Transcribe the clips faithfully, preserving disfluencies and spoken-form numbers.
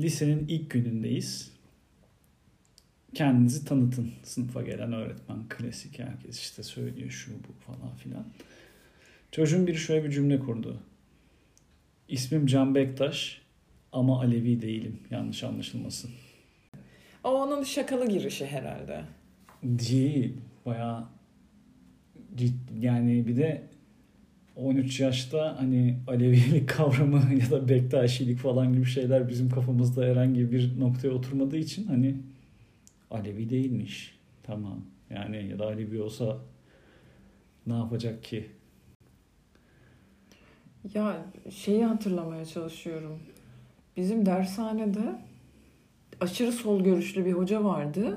lisenin ilk günündeyiz. Kendinizi tanıtın. Sınıfa gelen öğretmen, klasik, herkes işte söylüyor şu bu falan filan. Çocuğun biri şöyle bir cümle kurdu. İsmim Can Bektaş ama Alevi değilim. Yanlış anlaşılmasın. O onun şakalı girişi herhalde. Değil. Bayağı ciddi. Yani bir de on üç yaşta hani Alevilik kavramı ya da Bektaşilik falan gibi şeyler bizim kafamızda herhangi bir noktaya oturmadığı için hani Alevi değilmiş. Tamam. Yani ya da Alevi olsa ne yapacak ki? Ya şeyi hatırlamaya çalışıyorum. Bizim dershanede aşırı sol görüşlü bir hoca vardı.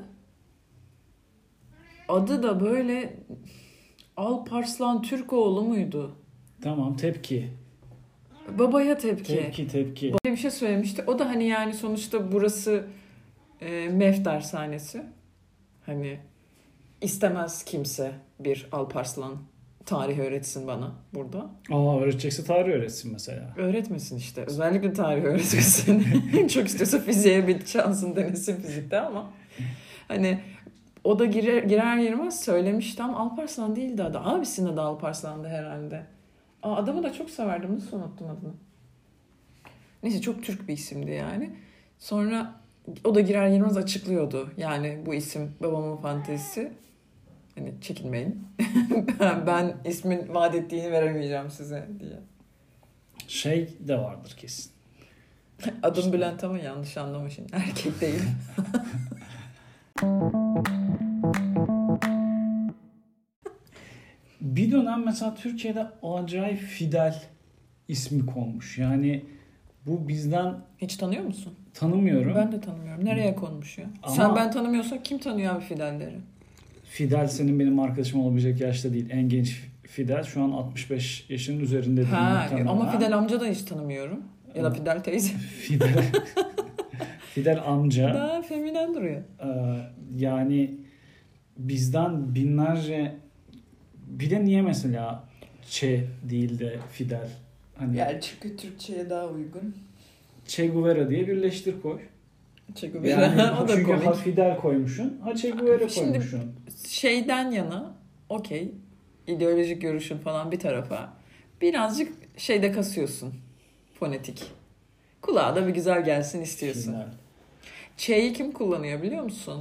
Adı da böyle Alparslan Türkoğlu muydu? Tamam, tepki. Babaya tepki. Tepki tepki. Babaya bir şey söylemişti. O da hani yani sonuçta burası e, M E F dershanesi. Hani istemez kimse bir Alparslan tarih öğretsin bana burada. Aa, öğretecekse tarih öğretsin mesela. Öğretmesin işte. Özellikle tarih öğretmesin. Çok istiyorsa fiziğe bir şansın denesin fizikte ama. Hani o da girer, girer girmez söylemişti ama Alparslan değildi adı. Abisinin adı Alparslan'dı herhalde. Aa, adamı da çok severdim. Nasıl unuttum adını? Neyse çok Türk bir isimdi yani. Sonra o da girer girmez açıklıyordu. Yani bu isim babamın fantezisi. Hani çekinmeyin. Ben ismin vaat ettiğini veremeyeceğim size diye. Şey de vardır kesin. Adım İşte. Bülent ama yanlış anlamışsın. Erkek değilim. Bir dönem mesela Türkiye'de acayip Fidel ismi konmuş. Yani bu bizden Hiç tanıyor musun? tanımıyorum. Ben de tanımıyorum. Nereye konmuş ya? Ama Sen ben tanımıyorsak kim tanıyor abi Fidelleri? Fidel senin benim arkadaşım olabilecek yaşta değil. En genç Fidel şu an altmış beş yaşının üzerinde. Ha, ama Fidel amca da hiç tanımıyorum. Ya da Fidel teyze. Fidel Fidel amca. Daha feminen duruyor. Ee, yani bizden binlerce, bir de niye mesela Che değil de Fidel? Hani Yani çünkü Türkçe'ye daha uygun. Che Guevara diye birleştir koy. Che Guevara. Yani O da çünkü komik. ha Fidel koymuşsun, ha Che Guevara Şimdi koymuşsun. şeyden yana okey, ideolojik görüşün falan bir tarafa birazcık şeyde kasıyorsun, fonetik. Kulağa da bir güzel gelsin istiyorsun. Fidel. Ç'yi kim kullanıyor biliyor musun?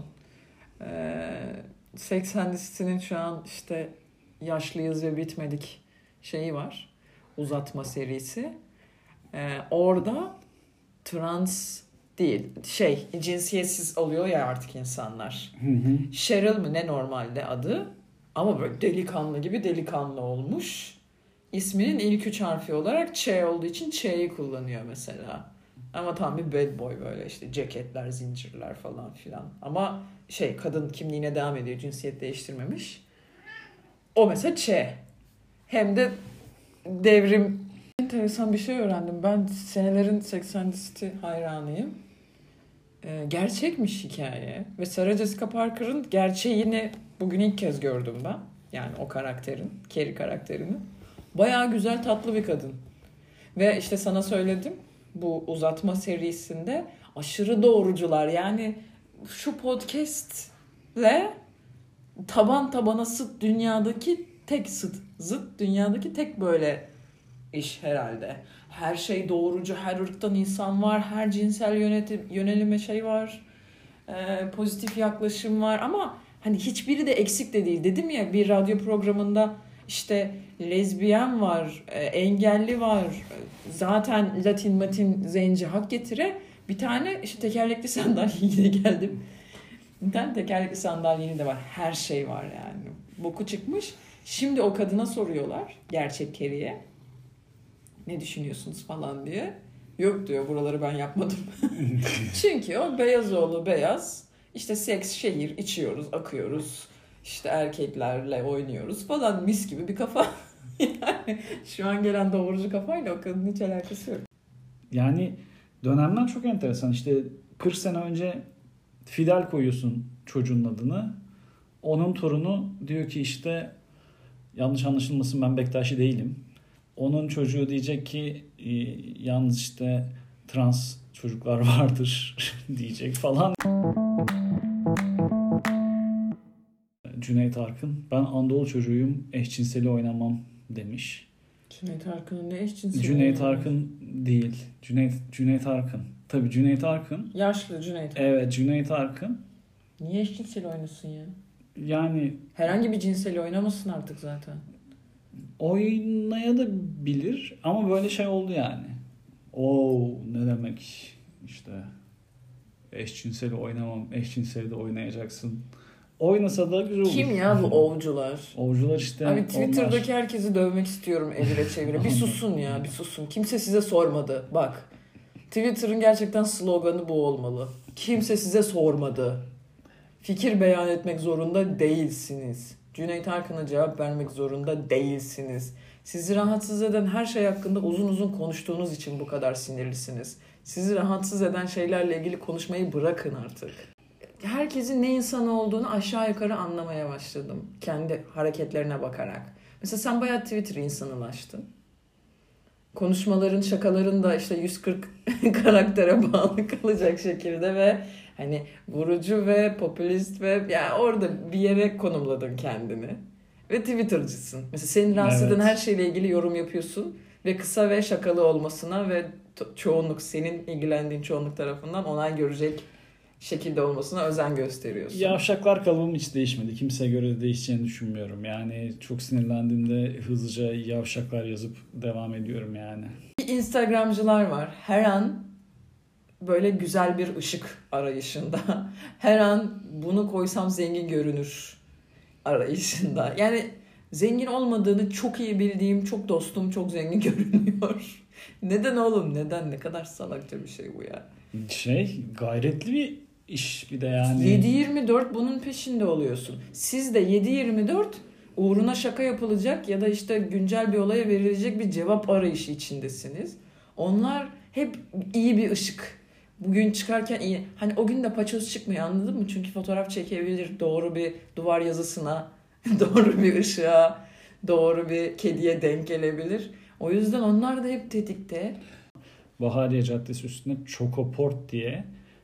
Ee, seksen listesinin şu an işte yaşlıyız ve bitmedik şeyi var. Uzatma serisi. Ee, orada trans değil, şey cinsiyetsiz oluyor ya artık insanlar. Hı hı. Cheryl mı ne normalde adı? Ama böyle delikanlı gibi delikanlı olmuş. İsminin ilk üç harfi olarak Ç olduğu için Ç'yi kullanıyor mesela. Ama tam bir bad boy böyle işte ceketler, zincirler falan filan. Ama şey kadın kimliğine devam ediyor, cinsiyet değiştirmemiş. O mesela Ç. Hem de devrim. Enteresan bir şey öğrendim. Ben senelerin seksen listi hayranıyım. Ee, gerçekmiş hikaye. Ve Sarah Jessica Parker'ın gerçeğini bugün ilk kez gördüm ben. Yani o karakterin, Carrie karakterini. Bayağı güzel, tatlı bir kadın. Ve işte sana söyledim, bu uzatma serisinde aşırı doğrucular. Yani şu podcastle taban tabana sıt dünyadaki tek sıt, zıt dünyadaki tek böyle iş herhalde. Her şey doğrucu, her ırktan insan var, her cinsel yönetim, yönelime şey var, e, pozitif yaklaşım var ama hani hiçbiri de eksik de değil. Dedim ya bir radyo programında işte lezbiyen var, e, engelli var, zaten Latin Matin zenci hak getire. Bir tane işte tekerlekli sandalyeye geldim. Bir tane tekerlekli sandalyeni de var. Her şey var yani. Boku çıkmış. Şimdi o kadına soruyorlar, gerçek Carrie'ye. Ne düşünüyorsunuz falan diye. Yok diyor, buraları ben yapmadım. Çünkü o Beyazoğlu beyaz. İşte seks, şehir, içiyoruz, akıyoruz. İşte erkeklerle oynuyoruz falan, mis gibi bir kafa. Yani şu an gelen doğrucu kafayla o kadının hiç alakası yok. Yani dönemden çok enteresan. İşte kırk sene önce Fidel koyuyorsun çocuğun adını. Onun torunu diyor ki işte yanlış anlaşılmasın ben Bektaşi değilim. Onun çocuğu diyecek ki yalnız işte trans çocuklar vardır diyecek falan. Cüneyt Arkın, ben Anadolu çocuğuyum, eşcinseli oynamam demiş. Cüneyt Arkın'ın ne eşcinseli? Cüneyt Arkın değil. Cüneyt Cüneyt Arkın. Tabii Cüneyt Arkın. Yaşlı Cüneyt Arkın. Evet, Cüneyt Arkın. Niye eşcinseli oynasın ya? Yani herhangi bir cinseli oynamasın artık zaten. Oynaya da bilir ama böyle şey oldu yani. Oo, ne demek işte eşcinseli oynamam, eşcinseli de oynayacaksın. Oynasa da güzel olur. Kim ya bu ovcular? Ovcular işte. Abi Twitter'daki onlar. herkesi dövmek istiyorum evire çevire. Bir susun ya, bir susun. Kimse size sormadı. Bak. Twitter'ın gerçekten sloganı bu olmalı. Kimse size sormadı. Fikir beyan etmek zorunda değilsiniz. Cüneyt Arkın'a cevap vermek zorunda değilsiniz. Sizi rahatsız eden her şey hakkında uzun uzun konuştuğunuz için bu kadar sinirlisiniz. Sizi rahatsız eden şeylerle ilgili konuşmayı bırakın artık. Herkesin ne insanı olduğunu aşağı yukarı anlamaya başladım. Kendi hareketlerine bakarak. Mesela sen bayağı Twitter insanılaştın. Konuşmaların, şakaların da işte yüz kırk karaktere bağlı kalacak şekilde ve hani vurucu ve popülist ve yani orada bir yere konumladın kendini. Ve Twitter'cısın. Mesela senin rahatsız eden Evet. her şeyle ilgili yorum yapıyorsun ve kısa ve şakalı olmasına ve çoğunluk, senin ilgilendiğin çoğunluk tarafından onay görecek şekilde olmasına özen gösteriyorsun. Yavşaklar kalıbım hiç değişmedi. Kimseye göre de değişeceğini düşünmüyorum. Yani çok sinirlendiğimde hızlıca yavşaklar yazıp devam ediyorum yani. Instagramcılar var. Her an böyle güzel bir ışık arayışında. Her an bunu koysam zengin görünür arayışında. Yani zengin olmadığını çok iyi bildiğim çok dostum çok zengin görünüyor. Neden oğlum? Neden? Ne kadar salakça bir şey bu ya. Şey, gayretli bir iş bir de yani. yedi yirmi dört bunun peşinde oluyorsun. Siz de yedi yirmi dört uğruna şaka yapılacak ya da işte güncel bir olaya verilecek bir cevap arayışı içindesiniz. Onlar hep iyi bir ışık. Bugün çıkarken iyi. Hani o gün de paçoz çıkmıyor, anladın mı? Çünkü fotoğraf çekebilir, doğru bir duvar yazısına, doğru bir ışığa, doğru bir kediye denk gelebilir. O yüzden onlar da hep tetikte. Bahariye Caddesi üstünde Çokoport diye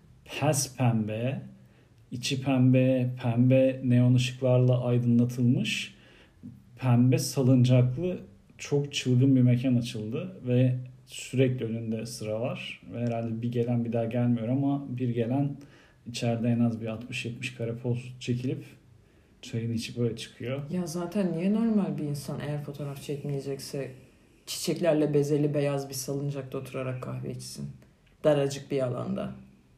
pes pembe, içi pembe, pembe neon ışıklarla aydınlatılmış pembe salıncaklı çok çılgın bir mekan açıldı ve sürekli önünde sıra var. Ve herhalde bir gelen bir daha gelmiyor ama bir gelen içeride en az bir altmış yetmiş kare poz çekilip çayını içip böyle çıkıyor. Ya zaten niye normal bir insan eğer fotoğraf çekmeyecekse çiçeklerle bezeli beyaz bir salıncakta oturarak kahve içsin? Daracık bir alanda.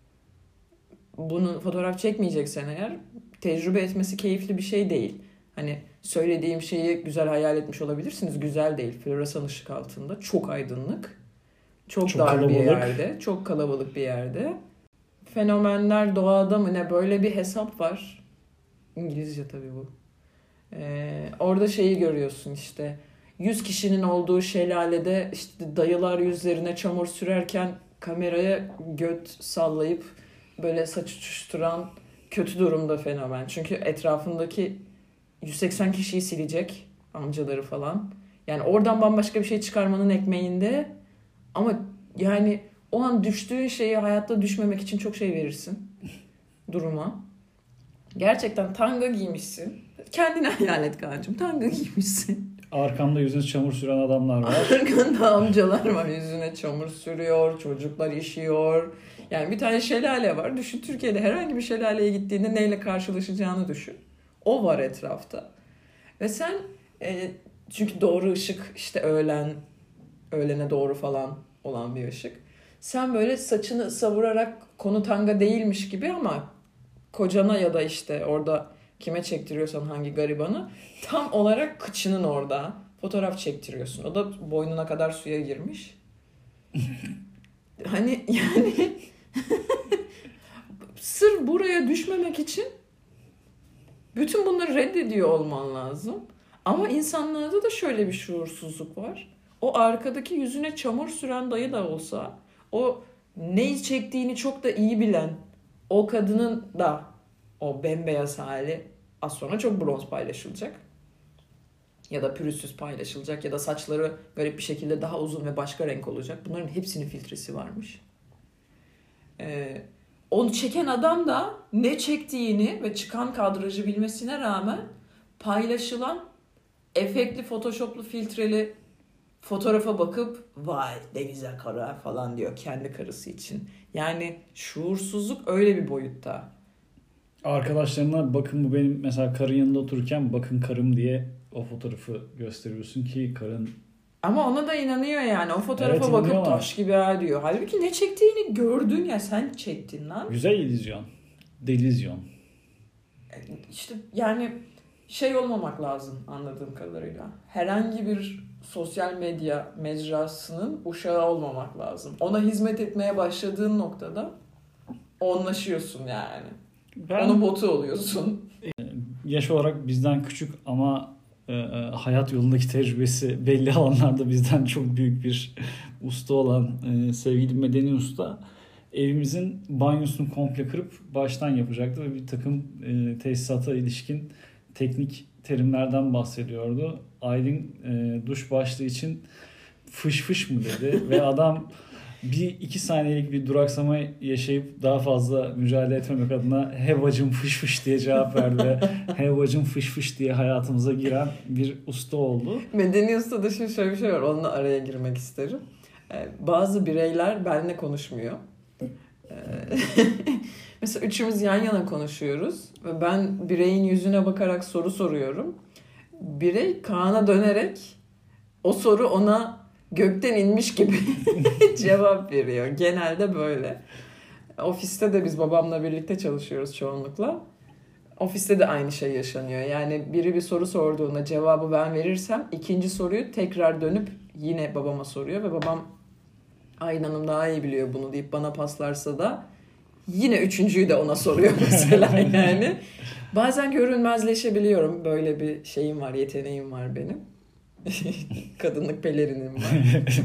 Bunu fotoğraf çekmeyeceksen eğer tecrübe etmesi keyifli bir şey değil. Hani söylediğim şeyi güzel hayal etmiş olabilirsiniz. Güzel değil. Floresan ışık altında. Çok aydınlık. Çok, Çok dar kalabalık. bir yerde. Çok kalabalık bir yerde. Fenomenler doğada mı ne, böyle bir hesap var. İngilizce tabii bu. Ee, orada şeyi görüyorsun işte. yüz kişinin olduğu şelalede işte dayılar yüzlerine çamur sürerken kameraya göt sallayıp böyle saç uçuşturan kötü durumda fenomen. Çünkü etrafındaki yüz seksen kişiyi silecek, amcaları falan. Yani oradan bambaşka bir şey çıkarmanın ekmeğinde, ama yani o an düştüğün şeyi hayatta düşmemek için çok şey verirsin duruma. Gerçekten tanga giymişsin. Kendine hayal et Kaan'cığım. Tanga giymişsin. Arkamda yüzüne çamur süren adamlar var. Arkanda amcalar var. Yüzüne çamur sürüyor. Çocuklar işiyor. Yani bir tane şelale var. Düşün, Türkiye'de herhangi bir şelaleye gittiğinde neyle karşılaşacağını düşün. O var etrafta. Ve sen e, çünkü doğru ışık işte öğlen, öğlene doğru falan olan bir ışık. Sen böyle saçını savurarak konu tanga değilmiş gibi ama kocana ya da işte orada kime çektiriyorsan hangi garibanı tam olarak kıçının orada fotoğraf çektiriyorsun. O da boynuna kadar suya girmiş. Hani yani sırf buraya düşmemek için bütün bunları reddediyor olman lazım. Ama insanlarda da şöyle bir şuursuzluk var. O arkadaki yüzüne çamur süren dayı da olsa, o neyi çektiğini çok da iyi bilen o kadının da o bembeyaz hali az sonra çok bronz paylaşılacak. Ya da pürüzsüz paylaşılacak. Ya da saçları garip bir şekilde daha uzun ve başka renk olacak. Bunların hepsinin filtresi varmış. Ee, onu çeken adam da ne çektiğini ve çıkan kadrajı bilmesine rağmen paylaşılan efektli, photoshoplu, filtreli fotoğrafa bakıp vay ne güzel karı falan diyor kendi karısı için. Yani şuursuzluk öyle bir boyutta. Arkadaşlarına bakın bu benim mesela karın yanında otururken bakın karım diye o fotoğrafı gösteriyorsun ki karın... Ama ona da inanıyor yani. O fotoğrafa Evet, bakıp taş gibi ha diyor. Halbuki ne çektiğini gördün ya, sen çektin lan. Güzel illüzyon. Delizyon. İşte yani şey olmamak lazım anladığım kadarıyla. Herhangi bir sosyal medya mecrasının uşağı olmamak lazım. Ona hizmet etmeye başladığın noktada onlaşıyorsun yani. Ben, onun botu oluyorsun. Yaş olarak bizden küçük ama e, hayat yolundaki tecrübesi belli alanlarda bizden çok büyük bir usta olan e, sevgili Medeni Usta evimizin banyosunu komple kırıp baştan yapacaktı ve bir takım e, tesisata ilişkin teknik terimlerden bahsediyordu. Aylin e, duş başlığı için fış fış mı dedi ve adam bir iki saniyelik bir duraksama yaşayıp daha fazla mücadele etmemek adına he bacım fış fış diye cevap verdi. He bacım fış fış diye hayatımıza giren bir usta oldu. Medeni Usta'da şimdi şöyle bir şey var, onunla araya girmek isterim. Ee, bazı bireyler benimle konuşmuyor. Ee, mesela üçümüz yan yana konuşuyoruz ve ben bireyin yüzüne bakarak soru soruyorum. Birey Kaan'a dönerek o soru ona gökten inmiş gibi cevap veriyor. Genelde böyle. Ofiste de biz babamla birlikte çalışıyoruz çoğunlukla. Ofiste de aynı şey yaşanıyor. Yani biri bir soru sorduğunda cevabı ben verirsem ikinci soruyu tekrar dönüp yine babama soruyor ve babam Aylin Hanım daha iyi biliyor bunu deyip bana paslarsa da yine üçüncüyü de ona soruyor mesela yani. Bazen görünmezleşebiliyorum. Böyle bir şeyim var, yeteneğim var benim. Kadınlık pelerinim var.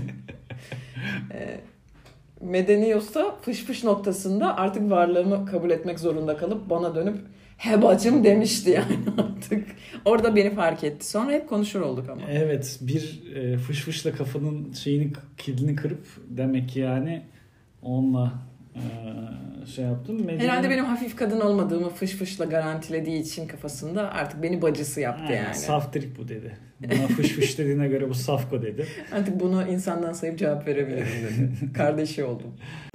e, Medeni Usta fış fış noktasında artık varlığımı kabul etmek zorunda kalıp bana dönüp he bacım demişti yani artık. Orada beni fark etti. Sonra hep konuşur olduk ama. Evet, bir e, fış fışla kafanın şeyini, kilidini kırıp demek ki yani onunla e, şey yaptım. Medeni... Herhalde benim hafif kadın olmadığımı fış fışla garantilediği için kafasında artık beni bacısı yaptı yani. yani. Saftirik bu dedi. Buna fış fış dediğine göre bu safko dedi. Artık bunu insandan sayıp cevap verebilirim dedi. Kardeşi oldum.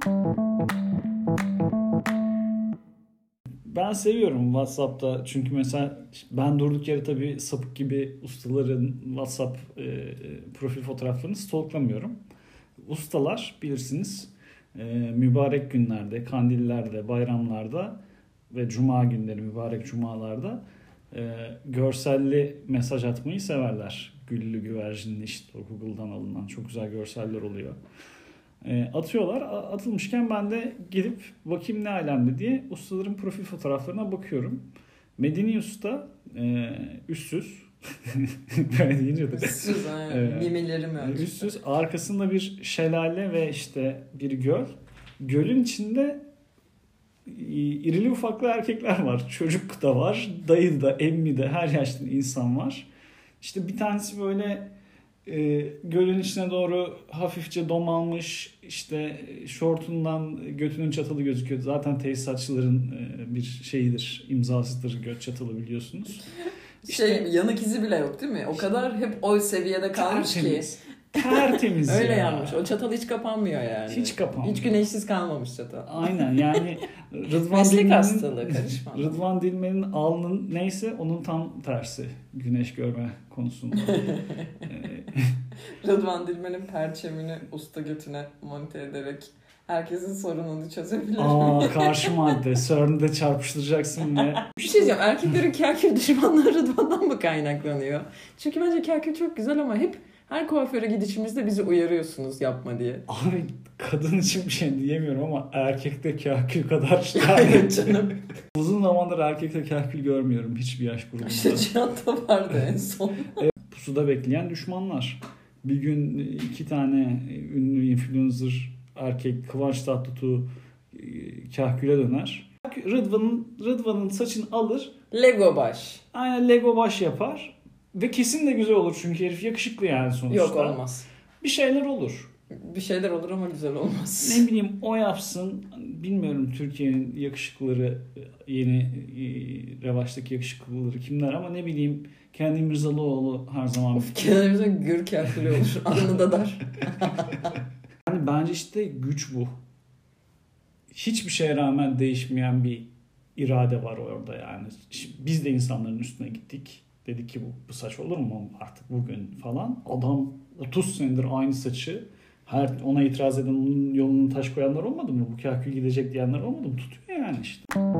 Ben seviyorum WhatsApp'ta çünkü mesela ben durduk yere tabii sapık gibi ustaların WhatsApp e, profil fotoğraflarını stalklamıyorum. Ustalar bilirsiniz e, mübarek günlerde, kandillerde, bayramlarda ve cuma günleri, mübarek cumalarda e, görselli mesaj atmayı severler. Güllü güvercinli işte o Google'dan alınan çok güzel görseller oluyor. E, atıyorlar. Atılmışken ben de gidip bakayım ne alemde diye ustaların profil fotoğraflarına bakıyorum. Medeni Usta e, üstsüz. Böyle deyince de. Üstsüz aynen. Evet. Mimelerim ölçüsü. Üstsüz. Arkasında bir şelale ve işte bir göl. Gölün içinde irili ufaklı erkekler var. Çocuk da var. Dayı da, emmi de, her yaşlı insan var. İşte bir tanesi böyle E, gölün içine doğru hafifçe domalmış, işte şortundan götünün çatalı gözüküyor. Zaten tesisatçıların e, bir şeyidir, imzasıdır göt çatalı biliyorsunuz. İşte, şey yanık izi bile yok değil mi? O kadar hep o seviyede kalmış tertemiz, ki. Tertemiz Öyle ya. yanmış. O çatal hiç kapanmıyor yani. Hiç kapanmıyor. Hiç güneşsiz kalmamış çatal. Aynen yani Rıdvan Meslek Dilmen'in, hastalığı karışma. Rıdvan Dilmen'in alnının neyse onun tam tersi güneş görme konusunda. Rıdvan Dilmen'in perçemini usta götüne monte ederek herkesin sorununu çözebilir. Aa karşı madde. C E R N'de çarpıştıracaksın ve... Bir şey diyeceğim. Erkeklerin kakül düşmanlığı Rıdvan'dan mı kaynaklanıyor? Çünkü bence kakül çok güzel ama hep her kuaföre gidişimizde bizi uyarıyorsunuz yapma diye. Abi kadın için bir şey diyemiyorum ama erkekte kahkül kadar yani canım. Uzun zamandır erkekte kahkül görmüyorum hiçbir yaş grubunda. Şaçiyata vardı en son. E, pusuda bekleyen düşmanlar. Bir gün iki tane ünlü influencer erkek Kıvanç Tatlıtuğ kahküle döner. Rıdvan'ın Rıdvan'ın saçını alır. Lego baş. Aynen Lego baş yapar. Ve kesin de güzel olur çünkü herif yakışıklı yani sonuçta. Yok olmaz. Bir şeyler olur. bir şeyler olur ama güzel olmaz. Ne bileyim o yapsın. Bilmiyorum Türkiye'nin yakışıklıları, yeni e, revaçtaki yakışıklıları kimler ama ne bileyim Kenan İmirzalıoğlu her zaman. Kenarımızda gür kefli olur. Alnı da dar. Yani bence işte güç bu. Hiçbir şeye rağmen değişmeyen bir irade var orada yani. Biz de insanların üstüne gittik. Dedik ki bu, bu saç olur mu artık bugün falan. Adam otuz senedir aynı saçı, her ona itiraz eden, onun yolunun taş koyanlar olmadı mı? Bu kahkül gidecek diyenler olmadı mı? Tutuyor yani işte.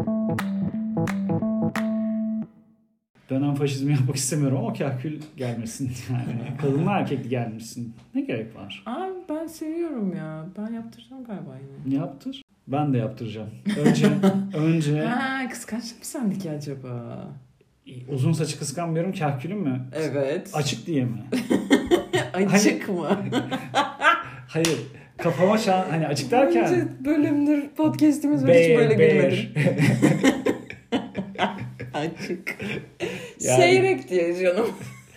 Dönem faşizmi yapmak istemiyorum ama kahkül gelmesin yani. Kadınla erkekli gelmesin. Ne gerek var? Abi ben seviyorum ya. Ben yaptıracağım galiba yine. Yaptır. Ben de yaptıracağım. Önce önce Ha, kıskançlık mı sendeki acaba? uzun saçı kıskanmıyorum, kahkülüm mü? Evet. Açık diye mi? Açık mı? Hayır. Kafama şan hani açık derken Önce bölümdür podcast'imiz ve hiç böyle gülmedim. Açık. Yani, seyrek diye canım.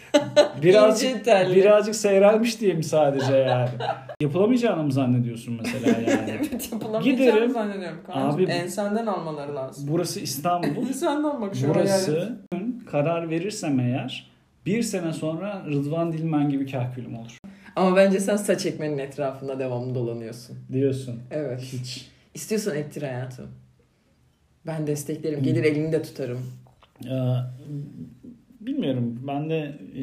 Birazcık birazcık seyrelmiş diyeyim sadece yani. Yapılamayacağını mı zannediyorsun mesela yani? Evet, yapılamayacağını zannediyorum. Abi, ensenden almaları lazım. Burası İstanbul. Ensenden bak şu burası karar verirsem eğer bir sene sonra Rıdvan Dilmen gibi kahkülüm olur. Ama bence sen saç ekmenin etrafında devamlı dolanıyorsun. Diyorsun. Evet. Hiç. İstiyorsan ettir hayatım. Ben desteklerim. Gelir elini de tutarım. Ya, bilmiyorum. Ben de e,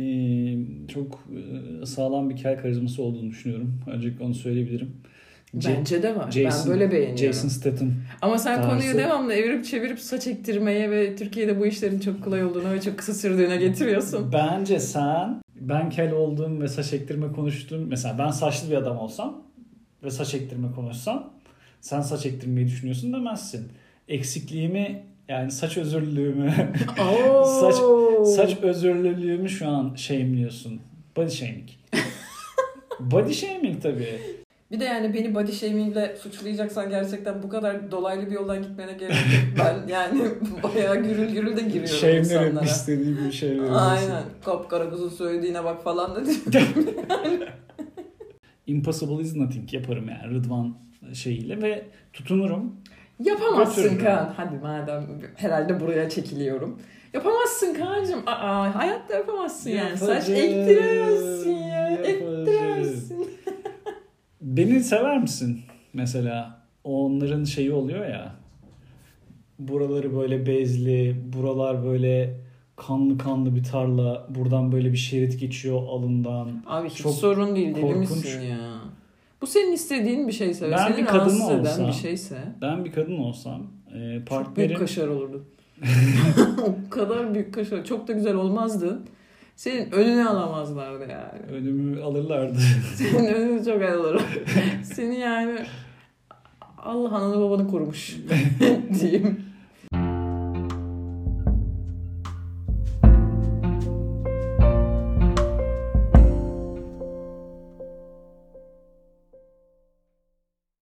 çok e, sağlam bir kel karizması olduğunu düşünüyorum. Öncelikle onu söyleyebilirim. Bence de var. Jason, ben böyle beğeniyorum. Jason Statham. Ama sen tarzı. Konuyu devamlı evirip çevirip saç ektirmeye ve Türkiye'de bu işlerin çok kolay olduğuna ve çok kısa sürdüğüne getiriyorsun. Bence sen, ben kel olduğum ve saç ektirme konuştuğum, mesela ben saçlı bir adam olsam ve saç ektirme konuşsam, sen saç ektirmeyi düşünüyorsun demezsin. Eksikliğimi, yani saç özürlülüğümü saç saç özürlülüğümü şu an shame'liyorsun. Body shaming. Body shaming tabii. Bir de yani beni body shamingle suçlayacaksan gerçekten bu kadar dolaylı bir yoldan gitmene gerek yok. Ben yani bayağı gürül gürül de giriyorum Shame'lerin insanlara. Shame'lerin istediği bir şey veriyorsun. Aynen. Kapkara kuzun söylediğine bak falan da diyorum. Impossible is nothing yaparım yani Rıdvan şeyiyle ve tutunurum. Yapamazsın Kaan. Hadi madem herhalde buraya çekiliyorum. Yapamazsın Kaan'cığım. Aa, hayatta yapamazsın yani. Saç ektiremezsin ya. Ektiremezsin. Beni sever misin? Mesela onların şeyi oluyor ya. Buraları böyle bezli, buralar böyle kanlı kanlı bir tarla. Buradan böyle bir şerit geçiyor alından. Abi hiç çok sorun değil deli misin ya? Bu senin istediğin bir şeyse ve ben seni bir kadın rahatsız olsam, eden bir şeyse. Ben bir kadın olsam e, partnerim... Çok büyük kaşar olurdu. O kadar büyük kaşar. Çok da güzel olmazdı. Senin önüne alamazlardı yani. Önümü alırlardı. Senin önünü çok alırlar. Seni yani Allah ananı babanı korumuş diyeyim.